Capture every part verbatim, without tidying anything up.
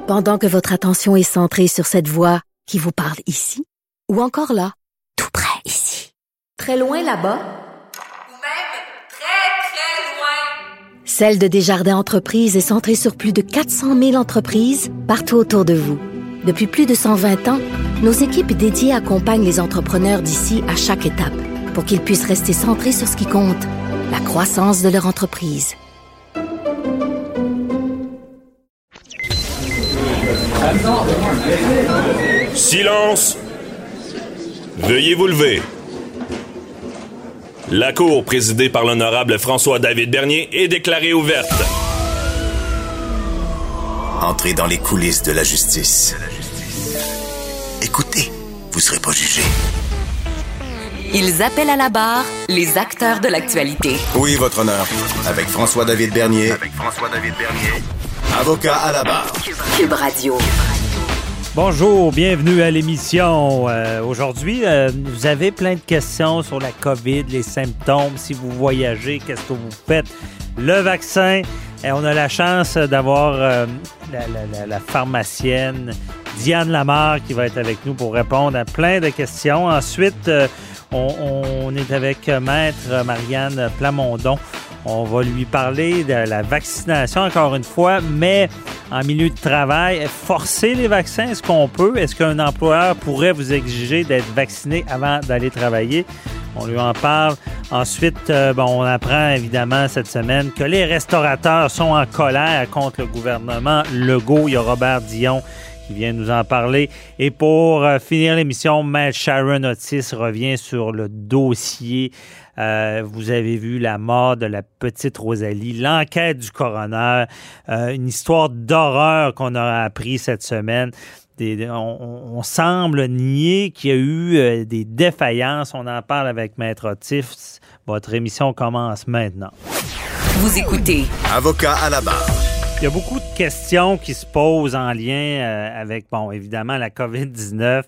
Pendant que votre attention est centrée sur cette voix qui vous parle ici, ou encore là, tout près ici, très loin là-bas, ou même très, très loin. Celle de Desjardins Entreprises est centrée sur plus de quatre cent mille entreprises partout autour de vous. Depuis plus de cent vingt ans, nos équipes dédiées accompagnent les entrepreneurs d'ici à chaque étape pour qu'ils puissent rester centrés sur ce qui compte, la croissance de leur entreprise. Silence! Veuillez vous lever. La Cour, présidée par l'honorable François-David Bernier, est déclarée ouverte. Entrez dans les coulisses de la justice. Écoutez, vous serez pas jugé. Ils appellent à la barre les acteurs de l'actualité. Oui, votre honneur. Avec François-David Bernier. Avec François-David Bernier. Avocat à la barre. Cube Radio. Bonjour, bienvenue à l'émission. Euh, aujourd'hui, euh, vous avez plein de questions sur la COVID, les symptômes, si vous voyagez, qu'est-ce que vous faites, le vaccin. Et on a la chance d'avoir euh, la, la, la, la pharmacienne Diane Lamarre qui va être avec nous pour répondre à plein de questions. Ensuite, euh, on, on est avec Maître Marianne Plamondon. On va lui parler de la vaccination encore une fois, mais en milieu de travail, forcer les vaccins, est-ce qu'on peut? Est-ce qu'un employeur pourrait vous exiger d'être vacciné avant d'aller travailler? On lui en parle. Ensuite, euh, bon, on apprend évidemment cette semaine que les restaurateurs sont en colère contre le gouvernement Legault. Il y a Robert Dion qui vient nous en parler. Et pour euh, finir l'émission, Maître Sharon Otis revient sur le dossier. Euh, vous avez vu la mort de la petite Rosalie, l'enquête du coroner, euh, une histoire d'horreur qu'on a appris cette semaine. Des, on, on semble nier qu'il y a eu euh, des défaillances. On en parle avec Maître Otis. Votre émission commence maintenant. Vous écoutez Avocat à la barre. Il y a beaucoup de questions qui se posent en lien euh, avec, bon, évidemment, la covid dix-neuf.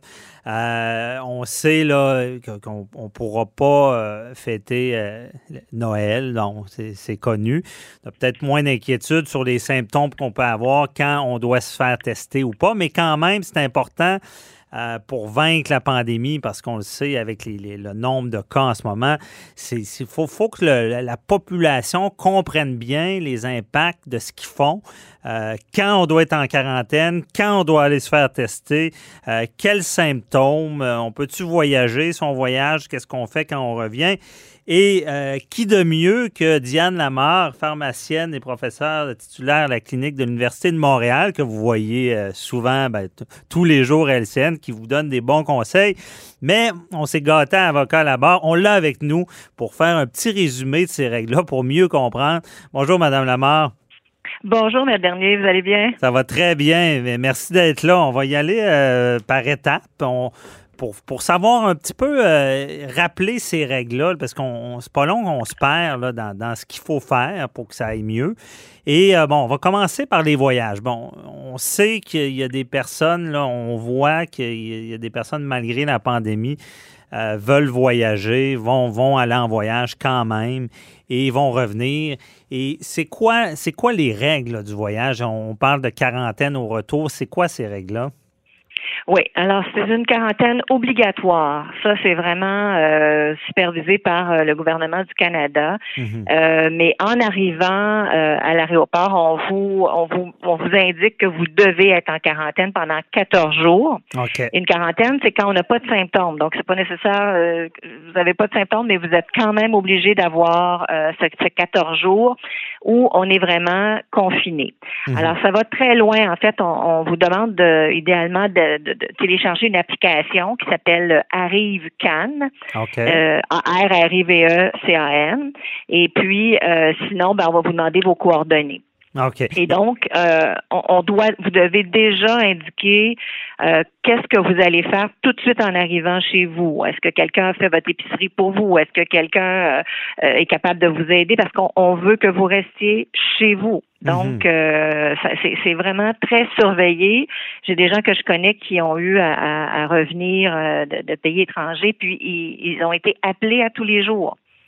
Euh, on sait là qu'on ne pourra pas euh, fêter euh, Noël, donc c'est, c'est connu. Il y a peut-être moins d'inquiétude sur les symptômes qu'on peut avoir quand on doit se faire tester ou pas, mais quand même, c'est important euh, pour vaincre la pandémie, parce qu'on le sait avec les, les, le nombre de cas en ce moment, il faut, faut que le, la population comprenne bien les impacts de ce qu'ils font. Euh, quand on doit être en quarantaine, quand on doit aller se faire tester, euh, quels symptômes, euh, on peut-tu voyager, si on voyage, qu'est-ce qu'on fait quand on revient? Et euh, qui de mieux que Diane Lamarre, pharmacienne et professeure titulaire à la clinique de l'Université de Montréal, que vous voyez euh, souvent, ben, t- tous les jours à L C N, qui vous donne des bons conseils. Mais on s'est gâté à Avocat à la barre. On l'a avec nous pour faire un petit résumé de ces règles-là pour mieux comprendre. Bonjour, Madame Lamarre. Bonjour, M. Bernier, vous allez bien? Ça va très bien. Merci d'être là. On va y aller euh, par étapes. On, pour, pour savoir un petit peu, euh, rappeler ces règles-là, parce qu'on c'est pas long qu'on se perd là, dans, dans ce qu'il faut faire pour que ça aille mieux. Et euh, bon, on va commencer par les voyages. Bon, on sait qu'il y a des personnes, là, on voit qu'il y a des personnes, malgré la pandémie, Euh, veulent voyager, vont, vont aller en voyage quand même et vont revenir. Et c'est quoi, c'est quoi les règles là, du voyage? On parle de quarantaine au retour. C'est quoi ces règles-là? Oui, alors c'est une quarantaine obligatoire. Ça, c'est vraiment euh, supervisé par euh, le gouvernement du Canada. Mm-hmm. Euh, mais en arrivant euh, à l'aéroport, on vous, on vous, on vous indique que vous devez être en quarantaine pendant quatorze jours. Okay. Une quarantaine, c'est quand on n'a pas de symptômes. Donc, c'est pas nécessaire. Euh, vous n'avez pas de symptômes, mais vous êtes quand même obligé d'avoir euh, ce, ce quatorze jours où on est vraiment confiné. Mm-hmm. Alors, ça va très loin. En fait, on, on vous demande de, idéalement de, de de télécharger une application qui s'appelle Arrive Can, okay. euh, R R I V E C A N. Et puis, euh, sinon, ben, on va vous demander vos coordonnées. Okay. Et donc, euh, on, on doit, vous devez déjà indiquer euh, qu'est-ce que vous allez faire tout de suite en arrivant chez vous. Est-ce que quelqu'un a fait votre épicerie pour vous? Est-ce que quelqu'un euh, est capable de vous aider? Parce qu'on on veut que vous restiez chez vous. Donc, mm-hmm. euh, ça, c'est, c'est vraiment très surveillé. J'ai des gens que je connais qui ont eu à, à, à revenir euh, de, de pays étrangers, puis ils, ils ont été appelés à tous les jours.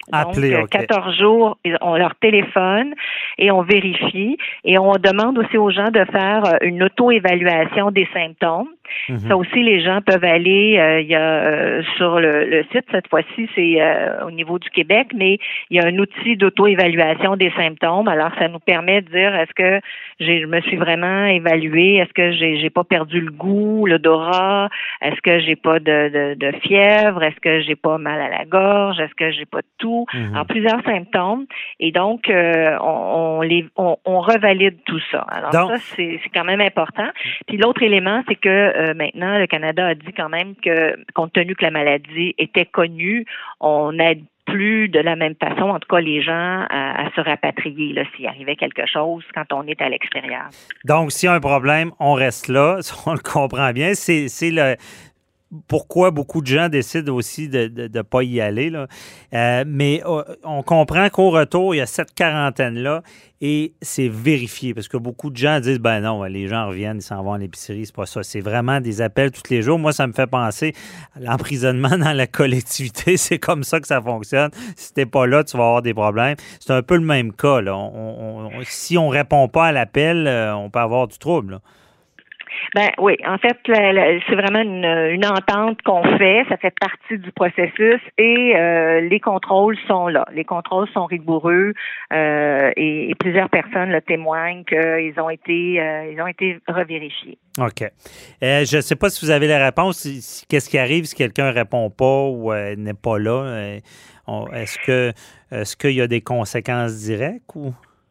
Appeler, Donc, okay. quatorze jours, on leur téléphone et on vérifie. Et on demande aussi aux gens de faire une auto-évaluation des symptômes. Mm-hmm. Ça aussi, les gens peuvent aller, euh, il y a euh, sur le, le site, cette fois-ci, c'est euh, au niveau du Québec, mais il y a un outil d'auto-évaluation des symptômes. Alors, ça nous permet de dire, est-ce que j'ai, je me suis vraiment évaluée? Est-ce que j'ai, j'ai pas perdu le goût, l'odorat? Est-ce que j'ai pas de, de, de fièvre? Est-ce que j'ai pas mal à la gorge? Est-ce que j'ai pas de toux? Mm-hmm. Alors, plusieurs symptômes. Et donc, euh, on, on, les, on, on revalide tout ça. Alors, donc, ça, c'est, c'est quand même important. Puis l'autre élément, c'est que Euh, maintenant, le Canada a dit quand même que, compte tenu que la maladie était connue, on n'aide plus de la même façon, en tout cas les gens, à, à se rapatrier là, s'il arrivait quelque chose quand on est à l'extérieur. Donc, s'il y a un problème, on reste là, on le comprend bien. C'est, c'est le... Pourquoi beaucoup de gens décident aussi de ne de, de pas y aller. Là. Euh, mais euh, on comprend qu'au retour, il y a cette quarantaine-là et c'est vérifié parce que beaucoup de gens disent, ben non, les gens reviennent, ils s'en vont à l'épicerie, c'est pas ça. C'est vraiment des appels tous les jours. Moi, ça me fait penser à l'emprisonnement dans la collectivité. C'est comme ça que ça fonctionne. Si t'es pas là, tu vas avoir des problèmes. C'est un peu le même cas. Là. On, on, on, si on répond pas à l'appel, on peut avoir du trouble. Là. Ben oui, en fait, la, la, c'est vraiment une, une entente qu'on fait, ça fait partie du processus et euh, les contrôles sont là. Les contrôles sont rigoureux euh, et, et plusieurs personnes le témoignent qu'ils ont été euh, ils ont été revérifiés. OK. Euh, je ne sais pas si vous avez la réponse. Si, si, qu'est-ce qui arrive si quelqu'un ne répond pas ou euh, n'est pas là? Euh, on, est-ce que est-ce qu'il y a des conséquences directes ou?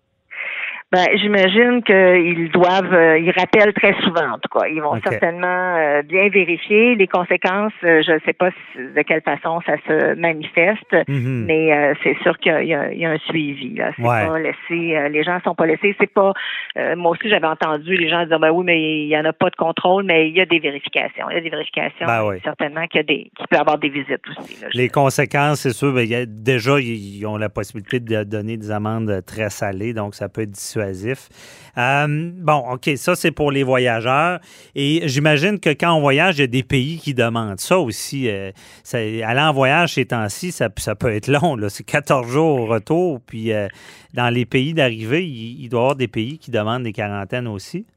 Ben, j'imagine qu'ils doivent, euh, ils rappellent très souvent, en tout cas. Ils vont okay. certainement euh, bien vérifier les conséquences. Euh, je ne sais pas si, de quelle façon ça se manifeste, mm-hmm. mais euh, c'est sûr qu'il y a, il y a un suivi. Là. C'est ouais. pas laissé, euh, les gens sont pas laissés. C'est pas. Euh, moi aussi, j'avais entendu les gens dire, ben oui, mais il y en a pas de contrôle, mais il y a des vérifications. Il y a des vérifications. Ben oui. Certainement qu'il y a des, qu'il peut y avoir des visites aussi. Là, les conséquences, c'est sûr. Ben, y a, déjà, ils ont la possibilité de donner des amendes très salées, donc ça peut être dissuasif. Euh, bon, OK, ça, c'est pour les voyageurs. Et j'imagine que quand on voyage, il y a des pays qui demandent ça aussi. Euh, ça, aller en voyage ces temps-ci, ça, ça peut être long. Là. C'est quatorze jours au retour. Puis euh, dans les pays d'arrivée, il, il doit y avoir des pays qui demandent des quarantaines aussi.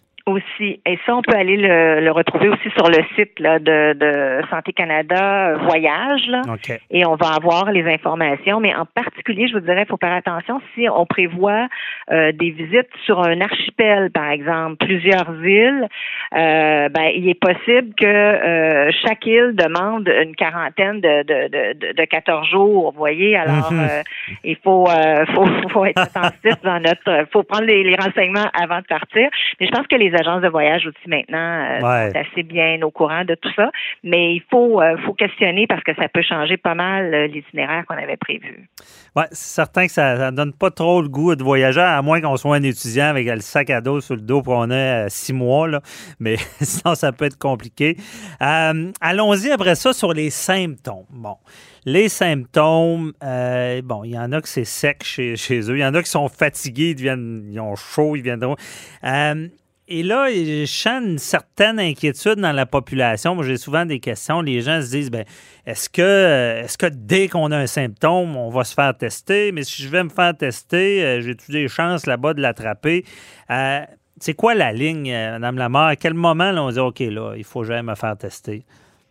Aussi. Et ça, on peut aller le, le retrouver aussi sur le site là, de, de Santé Canada Voyage. Là, okay. Et on va avoir les informations. Mais en particulier, je vous dirais, il faut faire attention si on prévoit euh, des visites sur un archipel, par exemple, plusieurs îles, euh, ben, il est possible que euh, chaque île demande une quarantaine de, de, de, de quatorze jours, vous voyez. Alors, mm-hmm. euh, il faut, euh, faut, faut être attentif dans notre... faut prendre les, les renseignements avant de partir. Mais je pense que les agences de voyage aussi maintenant euh, ouais. sont assez bien au courant de tout ça, mais il faut, euh, faut questionner parce que ça peut changer pas mal euh, l'itinéraire qu'on avait prévu. Oui, c'est certain que ça ne donne pas trop le goût de voyager, à moins qu'on soit un étudiant avec le sac à dos sur le dos pour on ait six mois, là. Mais sinon, ça peut être compliqué. Euh, allons-y après ça sur les symptômes. Bon. Les symptômes, euh, bon, il y en a que c'est sec chez, chez eux. Il y en a qui sont fatigués, ils, deviennent, ils ont chaud, ils viendront. Euh, Et là, je sens une certaine inquiétude dans la population. Moi, j'ai souvent des questions. Les gens se disent, ben, est-ce que, est-ce que dès qu'on a un symptôme, on va se faire tester? Mais si je vais me faire tester, j'ai-tu des chances là-bas de l'attraper? Euh, c'est quoi la ligne, Mme Lamarre? À quel moment là, on dit, OK, là, il faut jamais me faire tester?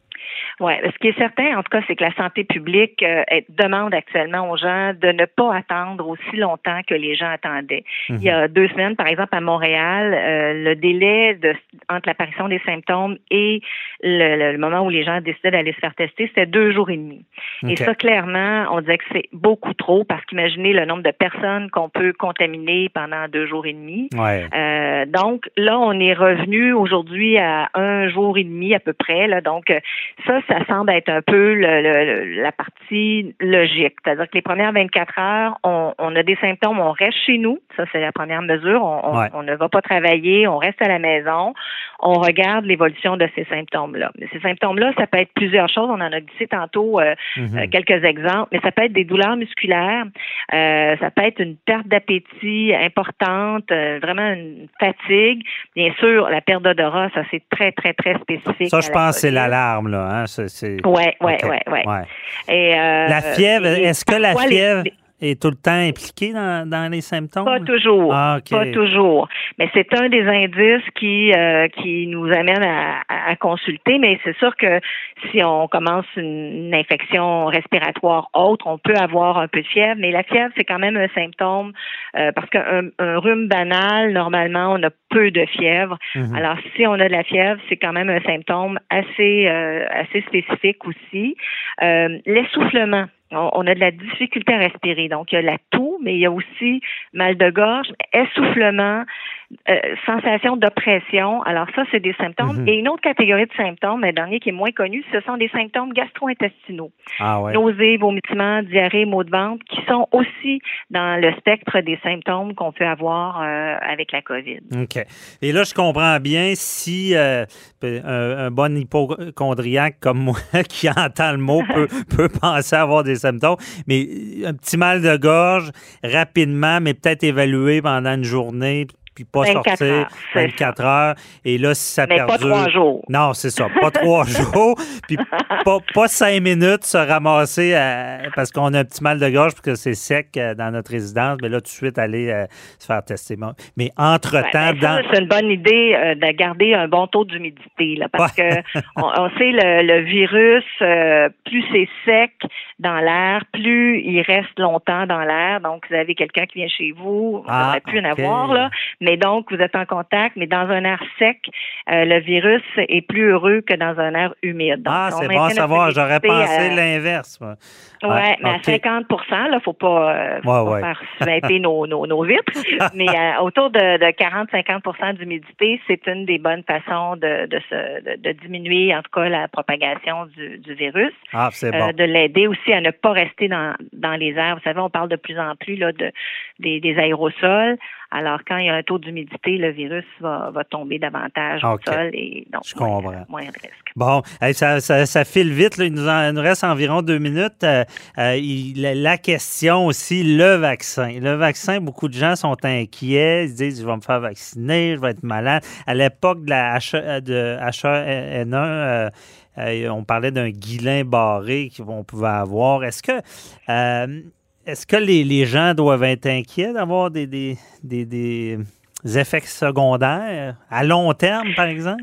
Oui, ce qui est certain, en tout cas, c'est que la santé publique euh, demande actuellement aux gens de ne pas attendre aussi longtemps que les gens attendaient. Mm-hmm. Il y a deux semaines, par exemple, à Montréal, euh, le délai de, entre l'apparition des symptômes et le, le, le moment où les gens décidaient d'aller se faire tester, c'était deux jours et demi. Okay. Et ça, clairement, on disait que c'est beaucoup trop parce qu'imaginez le nombre de personnes qu'on peut contaminer pendant deux jours et demi. Ouais. Euh, donc, là, on est revenu aujourd'hui à un jour et demi à peu près. Là, donc, ça, ça semble être un peu le, le, la partie logique. C'est-à-dire que les premières vingt-quatre heures, on, on a des symptômes, on reste chez nous. Ça, c'est la première mesure. On, ouais. on, on ne va pas travailler, on reste à la maison. on regarde l'évolution de ces symptômes-là. Mais ces symptômes-là, ça peut être plusieurs choses. On en a glissé tantôt euh, mm-hmm. euh, quelques exemples, mais ça peut être des douleurs musculaires, euh, ça peut être une perte d'appétit importante, euh, vraiment une fatigue. Bien sûr, la perte d'odorat, ça c'est très, très, très spécifique. Ça, je pense que c'est l'alarme, là. Hein? C'est, c'est... Oui, oui, okay. oui. Ouais. Ouais. Et, euh, la fièvre, et, est-ce que la fièvre... Les... est tout le temps impliqué dans, dans les symptômes? Pas toujours. Ah, okay. Pas toujours. Mais c'est un des indices qui euh, qui nous amène à, à consulter. Mais c'est sûr que si on commence une, une infection respiratoire autre, on peut avoir un peu de fièvre. Mais la fièvre, c'est quand même un symptôme euh, parce qu'un un rhume banal, normalement, on a peu de fièvre. Mm-hmm. Alors, si on a de la fièvre, c'est quand même un symptôme assez euh, assez spécifique aussi. Euh, l'essoufflement. On a de la difficulté à respirer. Donc, il y a la toux, mais il y a aussi mal de gorge, essoufflement, euh, sensation d'oppression. Alors, ça, c'est des symptômes. Mm-hmm. Et une autre catégorie de symptômes, le dernier qui est moins connu, ce sont des symptômes gastro-intestinaux. Ah ouais. Nausées, vomissements, diarrhée, maux de ventre, qui sont aussi dans le spectre des symptômes qu'on peut avoir euh, avec la COVID. OK. Et là, je comprends bien si euh, un, un bon hypochondriaque comme moi qui entend le mot peut, peut penser avoir des symptômes, mais un petit mal de gorge rapidement, mais peut-être évalué pendant une journée, puis pas sortir heures, vingt-quatre heures. Et là, si ça mais perdure... pas trois jours. Non, c'est ça, pas trois jours. Puis pas, pas cinq minutes se ramasser à, parce qu'on a un petit mal de gorge parce que c'est sec euh, dans notre résidence. Mais là, tout de suite, aller euh, se faire tester. Mais entre-temps... Ouais, dans... ça, c'est une bonne idée euh, de garder un bon taux d'humidité, là, parce ouais. que on, on sait le, le virus, euh, plus c'est sec dans l'air, plus il reste longtemps dans l'air. Donc, vous avez quelqu'un qui vient chez vous, on ah, ne plus okay. en avoir, là. Mais donc, vous êtes en contact, mais dans un air sec, euh, le virus est plus heureux que dans un air humide. Donc, ah, c'est bon à savoir. J'aurais pensé à... l'inverse. Oui, ouais, mais okay. à cinquante pour cent, il ne faut pas, euh, ouais, pas ouais. faire suinter nos, nos, nos vitres, mais euh, autour de, de quarante à cinquante pour cent d'humidité, c'est une des bonnes façons de, de, se, de, de diminuer, en tout cas, la propagation du, du virus. Ah, c'est bon. Euh, de l'aider aussi à ne pas rester dans, dans les airs. Vous savez, on parle de plus en plus là, de, des, des aérosols. Alors, quand il y a un taux d'humidité, le virus va, va tomber davantage okay. au sol et donc Je moins, comprends. moins de risque. Bon, hey, ça, ça, ça file vite. Là. Il, nous en, il nous reste environ deux minutes. Euh, euh, il, la question aussi, le vaccin. Le vaccin, beaucoup de gens sont inquiets. Ils se disent, je vais me faire vacciner, je vais être malade. À l'époque de la H un N un, euh, euh, on parlait d'un Guillain-Barré qu'on pouvait avoir. Est-ce que... Euh, Est-ce que les, les gens doivent être inquiets d'avoir des, des, des, des effets secondaires à long terme, par exemple?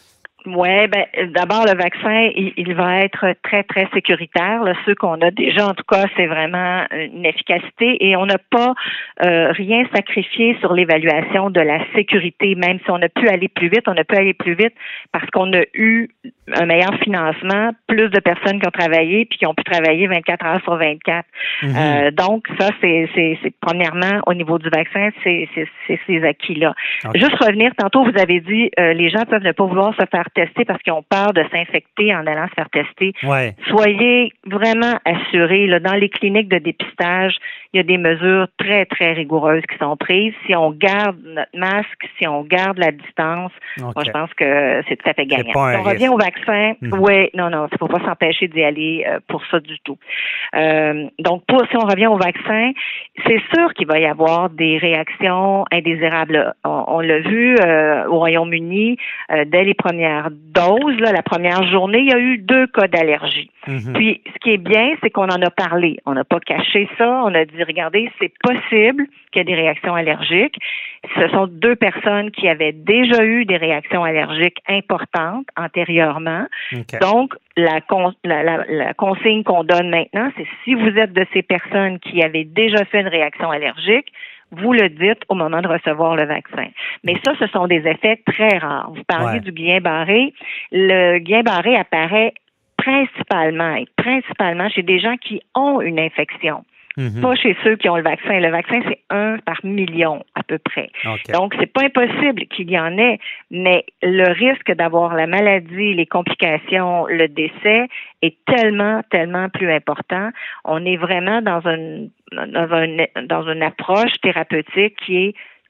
Oui, ben d'abord, le vaccin, il, il va être très, très sécuritaire. Là, ceux qu'on a déjà, en tout cas, c'est vraiment une efficacité et on n'a pas euh, rien sacrifié sur l'évaluation de la sécurité, même si on a pu aller plus vite. On a pu aller plus vite parce qu'on a eu un meilleur financement, plus de personnes qui ont travaillé puis qui ont pu travailler vingt-quatre heures sur vingt-quatre. Mm-hmm. Euh, donc, ça, c'est, c'est, c'est premièrement, au niveau du vaccin, c'est, c'est, c'est ces acquis-là. Okay. Juste revenir, tantôt, vous avez dit, euh, les gens peuvent ne pas vouloir se faire tester parce qu'ils ont peur de s'infecter en allant se faire tester. Ouais. Soyez vraiment assurés. Là, dans les cliniques de dépistage, il y a des mesures très, très rigoureuses qui sont prises. Si on garde notre masque, si on garde la distance, okay. moi, je pense que c'est tout à fait gagnant. Si on revient au vaccin, mmh. oui, non, non, il ne faut pas s'empêcher d'y aller euh, pour ça du tout. Euh, donc, pour, si on revient au vaccin, c'est sûr qu'il va y avoir des réactions indésirables. On, on l'a vu euh, au Royaume-Uni, euh, dès les premières doses, là, la première journée, il y a eu deux cas d'allergie. Mm-hmm. Puis, ce qui est bien, c'est qu'on en a parlé. On n'a pas caché ça. On a dit, regardez, c'est possible qu'il y ait des réactions allergiques. Ce sont deux personnes qui avaient déjà eu des réactions allergiques importantes antérieurement. Okay. Donc, la, con, la, la, la consigne qu'on donne maintenant, c'est si vous êtes de ces personnes qui avaient déjà fait une réaction allergique, vous le dites au moment de recevoir le vaccin. Mais ça, ce sont des effets très rares. Vous parliez ouais. du Guillain-Barré. Le Guillain-Barré apparaît principalement, principalement chez des gens qui ont une infection. Mm-hmm. Pas chez ceux qui ont le vaccin. Le vaccin, c'est un par million à peu près. Okay. Donc, c'est pas impossible qu'il y en ait, mais le risque d'avoir la maladie, les complications, le décès est tellement, tellement plus important. On est vraiment dans une dans, un, dans une approche thérapeutique qui est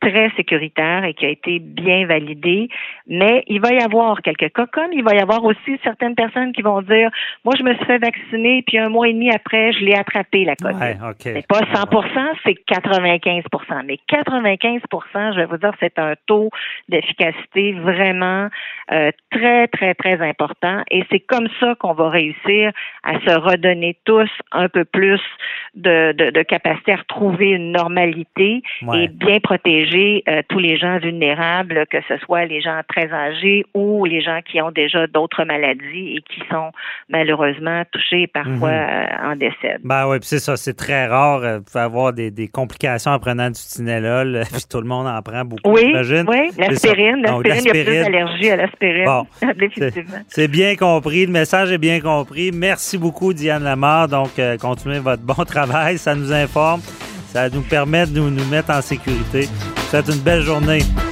très sécuritaire et qui a été bien validé. Mais il va y avoir quelques cas, comme il va y avoir aussi certaines personnes qui vont dire, moi, je me suis fait vacciner, puis un mois et demi après, je l'ai attrapé, la COVID. Ouais, okay. C'est pas cent pour cent, c'est quatre-vingt-quinze pour cent. Mais quatre-vingt-quinze pour cent, je vais vous dire, c'est un taux d'efficacité vraiment euh, très, très, très important. Et c'est comme ça qu'on va réussir à se redonner tous un peu plus de, de, de capacité à retrouver une normalité ouais. et bien protéger euh, tous les gens vulnérables, que ce soit les gens très âgés ou les gens qui ont déjà d'autres maladies et qui sont malheureusement touchés parfois mm-hmm. euh, en décès. Ben oui, puis c'est ça, c'est très rare. Vous pouvez avoir des, des complications en prenant du Tylenol, puis tout le monde en prend beaucoup, oui, j'imagine. Oui, l'aspirine, Donc, l'aspirine, il y a plus d'allergie à l'aspirine, bon, définitivement. C'est, c'est bien compris, le message est bien compris. Merci beaucoup, Diane Lamar. Donc, euh, continuez votre bon travail, ça nous informe, ça nous permet de nous, nous mettre en sécurité. Je vous souhaite une belle journée.